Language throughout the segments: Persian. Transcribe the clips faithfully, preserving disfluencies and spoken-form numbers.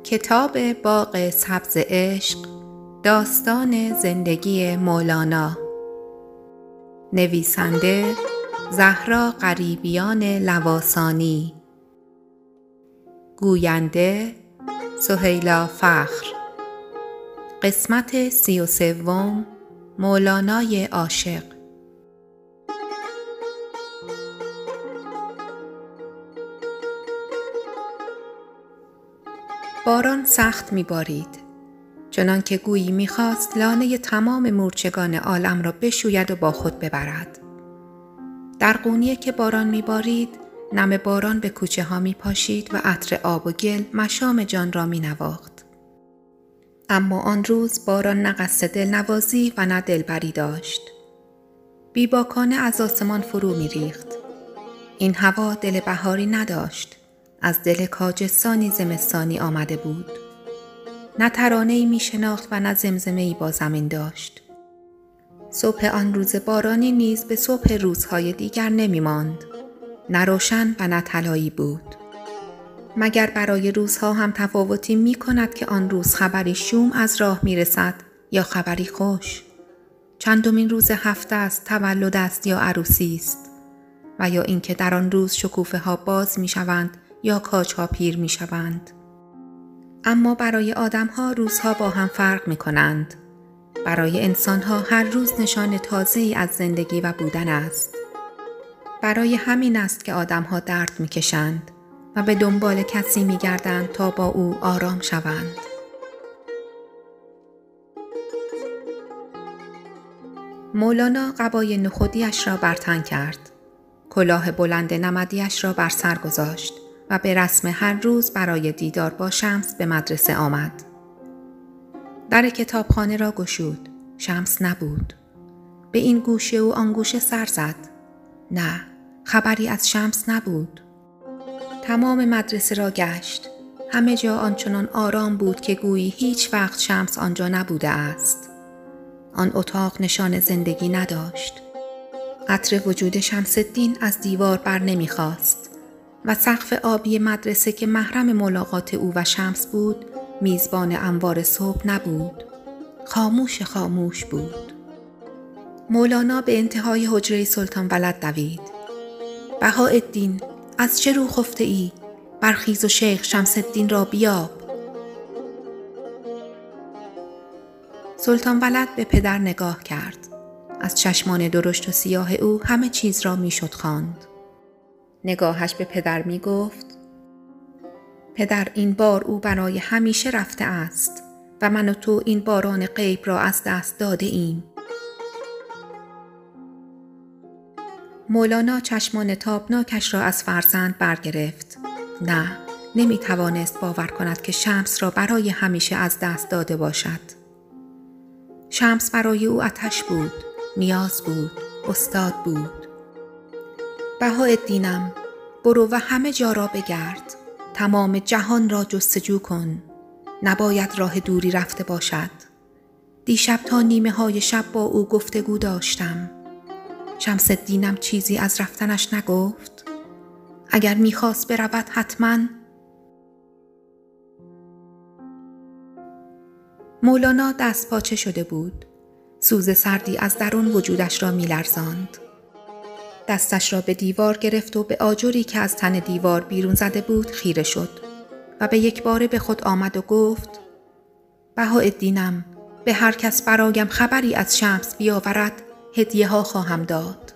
کتاب باغ سبز عشق، داستان زندگی مولانا. نویسنده زهرا غریبیان لواسانی. گوینده سهیلا فخر. قسمت سی و سوم. مولانای عاشق. باران سخت می‌بارید، چنان که گویی می‌خواست لانه تمام مورچگان عالم را بشوید و با خود ببرد. در قونیه که باران می‌بارید، نم باران به کوچه ها می‌پاشید و عطر آب و گل مشام جان را می‌نواخت. اما آن روز باران نه قصد دلنوازی و نه دلبری داشت. بیباکانه از آسمان فرو می‌ریخت. این هوا دل بهاری نداشت. از دل کاجستانی زمستانی آمده بود. نه ترانه‌ای می شناخت و نه زمزمه‌ای با زمین داشت. صبح آن روز بارانی نیز به صبح روزهای دیگر نمی ماند. نه روشن و نه طلایی بود. مگر برای روزها هم تفاوتی می کند که آن روز خبری شوم از راه می رسد یا خبری خوش؟ چندمین روز هفته است، تولد است یا عروسی است؟ و یا اینکه در آن روز شکوفه ها باز می شوند یا کاج ها پیر می شوند. اما برای آدم ها روزها با هم فرق می کنند. برای انسان ها هر روز نشان تازه‌ای از زندگی و بودن است. برای همین است که آدم ها درد می کشند و به دنبال کسی می گردند تا با او آرام شوند. مولانا قبای نخودیش را بر تن کرد. کلاه بلند نمدیش را بر سر گذاشت و به رسم هر روز برای دیدار با شمس به مدرسه آمد. در کتابخانه را گشود. شمس نبود. به این گوشه و آن گوشه سر زد. نه، خبری از شمس نبود. تمام مدرسه را گشت. همه جا آنچنان آرام بود که گویی هیچ وقت شمس آنجا نبوده است. آن اتاق نشان زندگی نداشت. عطر وجود شمس الدین از دیوار بر نمیخواست و سقف آبی مدرسه که محرم ملاقات او و شمس بود، میزبان انوار صبح نبود. خاموش خاموش بود. مولانا به انتهای حجره سلطان ولد دوید. بهاءالدین، از چه رو خفته ای؟ برخیز و شیخ شمس الدین را بیاب. سلطان ولد به پدر نگاه کرد. از چشمان درشت و سیاه او همه چیز را میشد خواند. نگاهش به پدر می گفت: پدر، این بار او برای همیشه رفته است و من و تو این باران غیب را از دست داده ایم. مولانا چشمان تابناکش را از فرزند برگرفت. نه، نمی توانست باور کند که شمس را برای همیشه از دست داده باشد. شمس برای او آتش بود، نیاز بود، استاد بود. بهاءالدینم، برو و همه جا را بگرد. تمام جهان را جستجو کن. نباید راه دوری رفته باشد. دیشب تا نیمه های شب با او گفتگو داشتم. شمس الدینم چیزی از رفتنش نگفت. اگر میخواست برود حتما. مولانا دست پاچه شده بود. سوز سردی از درون وجودش را میلرزاند. دستش را به دیوار گرفت و به آجری که از تن دیوار بیرون زده بود خیره شد و به یک باره به خود آمد و گفت: بهاءالدینم، به هر کس برایم خبری از شمس بیاورد هدیه ها خواهم داد.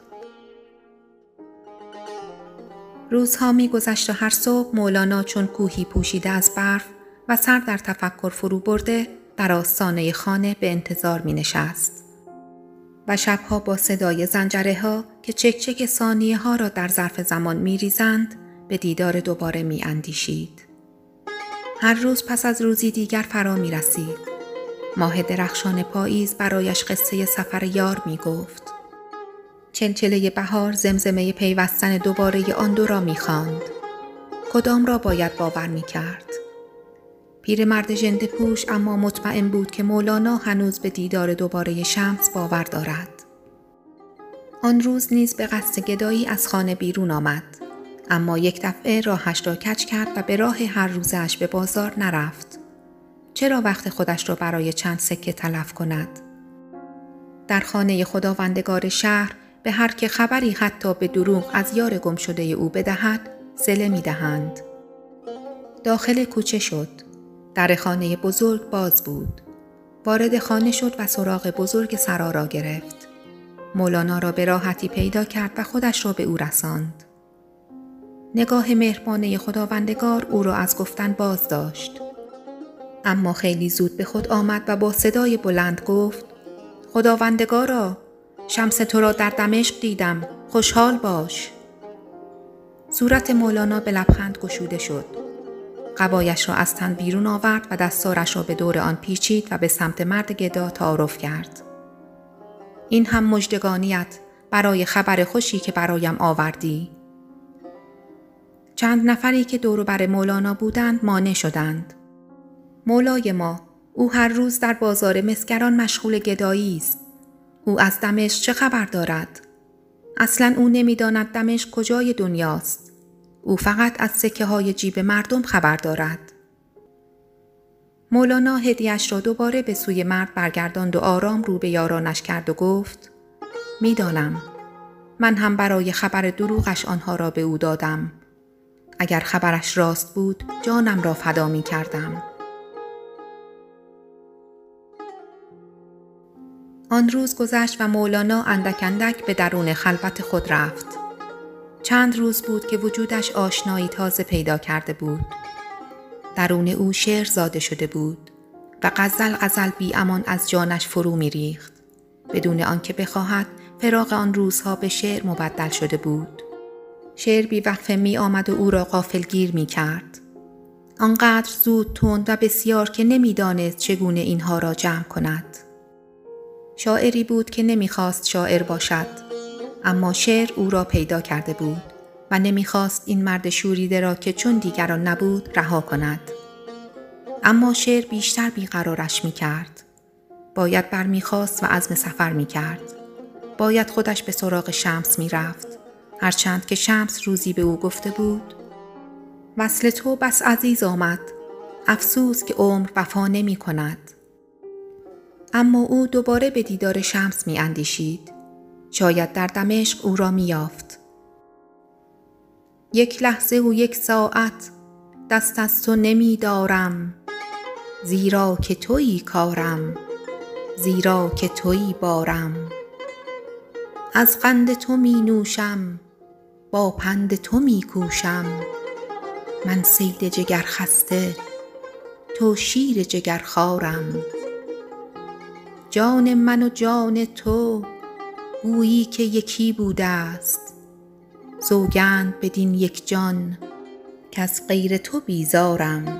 روزها می گذشت و هر صبح مولانا چون کوهی پوشیده از برف و سر در تفکر فرو برده در آستانه خانه به انتظار می نشست. و شبها با صدای زنجره ها که چک چک ثانیه ها را در ظرف زمان می ریزند به دیدار دوباره می اندیشید. هر روز پس از روزی دیگر فرا می رسید. ماه درخشان پاییز برایش قصه سفر یار می گفت. چلچله بهار زمزمه پیوستن دوباره آن دو را می خواند. کدام را باید باور می کرد؟ پیرمرد ژنده پوش اما مطمئن بود که مولانا هنوز به دیدار دوباره شمس باور دارد. آن روز نیز به قصد گدایی از خانه بیرون آمد. اما یک دفعه راهش را کج کرد و به راه هر روزش به بازار نرفت. چرا وقت خودش را برای چند سکه تلف کند؟ در خانه خداوندگار شهر به هر که خبری حتی به دروغ از یار گم شده او بدهد، صله می دهند. داخل کوچه شد. در خانه بزرگ باز بود. وارد خانه شد و سراغ بزرگ سرا را گرفت. مولانا را به راحتی پیدا کرد و خودش را به او رساند. نگاه مهربانه خداوندگار او را از گفتن باز داشت. اما خیلی زود به خود آمد و با صدای بلند گفت: خداوندگارا، شمس تو را در دمشق دیدم، خوشحال باش. صورت مولانا به لبخند گشوده شد. قبایش را از تن بیرون آورد و دستارش را به دور آن پیچید و به سمت مرد گدا تعارف کرد. این هم مژدگانیت برای خبر خوشی که برایم آوردی. چند نفری که دور و بر مولانا بودند مانع شدند. مولای ما، او هر روز در بازار مسگران مشغول گدایی است. او از دمشق چه خبر دارد؟ اصلاً او نمی‌داند دمشق کجای دنیاست. او فقط از سکه های جیب مردم خبر دارد. مولانا هدیه‌اش را دوباره به سوی مرد برگرداند و آرام رو به یارانش کرد و گفت: می‌دانم. من هم برای خبر دروغش آنها را به او دادم. اگر خبرش راست بود جانم را فدا می کردم. آن روز گذشت و مولانا اندک اندک به درون خلوت خود رفت. چند روز بود که وجودش آشنایی تازه پیدا کرده بود. درون او شعر زاده شده بود و غزل غزل بی امان از جانش فرو می ریخت. بدون آنکه بخواهد فراق آن روزها به شعر مبدل شده بود. شعر بی وقفه می آمد و او را غافلگیر می کرد. آنقدر زود تند و بسیار که نمی دانست چگونه اینها را جمع کند. شاعری بود که نمی خواست شاعر باشد، اما شعر او را پیدا کرده بود و نمی خواست این مرد شوریده را که چون دیگران نبود رها کند. اما شعر بیشتر بیقرارش می کرد. باید برمی خواست و عزم سفر می کرد. باید خودش به سراغ شمس می رفت. هرچند که شمس روزی به او گفته بود: وصل تو بس عزیز آمد، افسوس که عمر وفا نمی کند. اما او دوباره به دیدار شمس می اندیشید. شاید در دمشق او را می یافت. یک لحظه و یک ساعت دست از تو نمی دارم، زیرا که تویی کارم، زیرا که تویی بارم. از قند تو می نوشم، با پند تو می کوشم. من صید جگر خسته، تو شیر جگر خوارم. جان من و جان تو گویی که یکی بوده است. سوگند بدین یک جان که از غیر تو بیزارم.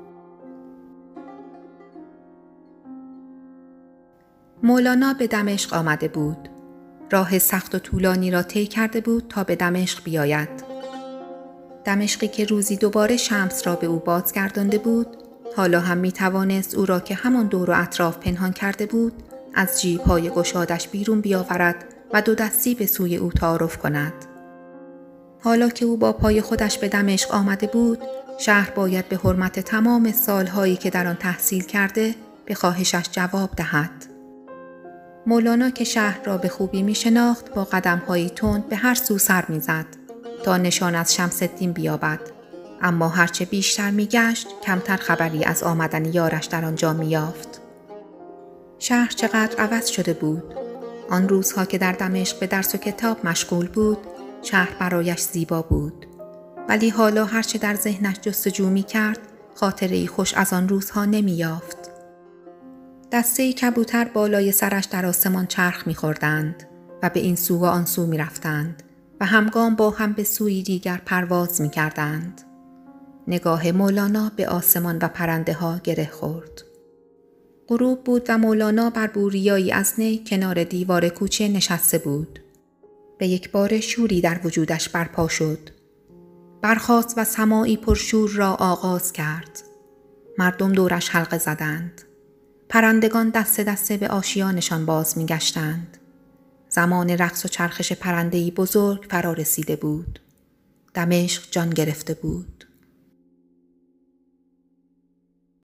مولانا به دمشق آمده بود. راه سخت و طولانی را طی کرده بود تا به دمشق بیاید. دمشقی که روزی دوباره شمس را به او بازگردانده بود، حالا هم می توانست او را که همان دور و اطراف پنهان کرده بود، از جیب‌های گشادش بیرون بیاورد و دو دستی به سوی او تعارف کند. حالا که او با پای خودش به دمشق آمده بود، شهر باید به حرمت تمام سالهایی که در آن تحصیل کرده به خواهشش جواب دهد. مولانا که شهر را به خوبی می شناخت، با قدم‌هایی تند به هر سو سر می زد تا نشان از شمس الدین بیابد. اما هرچه بیشتر می گشت، کمتر خبری از آمدن یارش در آنجا می یافت. شهر چقدر عوض شده بود. آن روزها که در دمشق به درس و کتاب مشغول بود، شهر برایش زیبا بود. ولی حالا هرچه در ذهنش جستجو می کرد، خاطره‌ای خوش از آن روزها نمی یافت. دسته‌ای کبوتر بالای سرش در آسمان چرخ می‌خوردند و به این سو و آن سو می‌رفتند و همگام با هم به سوی دیگر پرواز می‌کردند. نگاه مولانا به آسمان و پرنده‌ها گره خورد. غروب بود و مولانا بر بوریایی از نی کنار دیوار کوچه نشسته بود. به یک بار شوری در وجودش برپا شد. برخاست و سماعی پرشور را آغاز کرد. مردم دورش حلقه زدند. پرندگان دسته دسته به آشیانشان باز می گشتند. زمان رقص و چرخش پرنده‌ای بزرگ فرا رسیده بود. دمشق جان گرفته بود.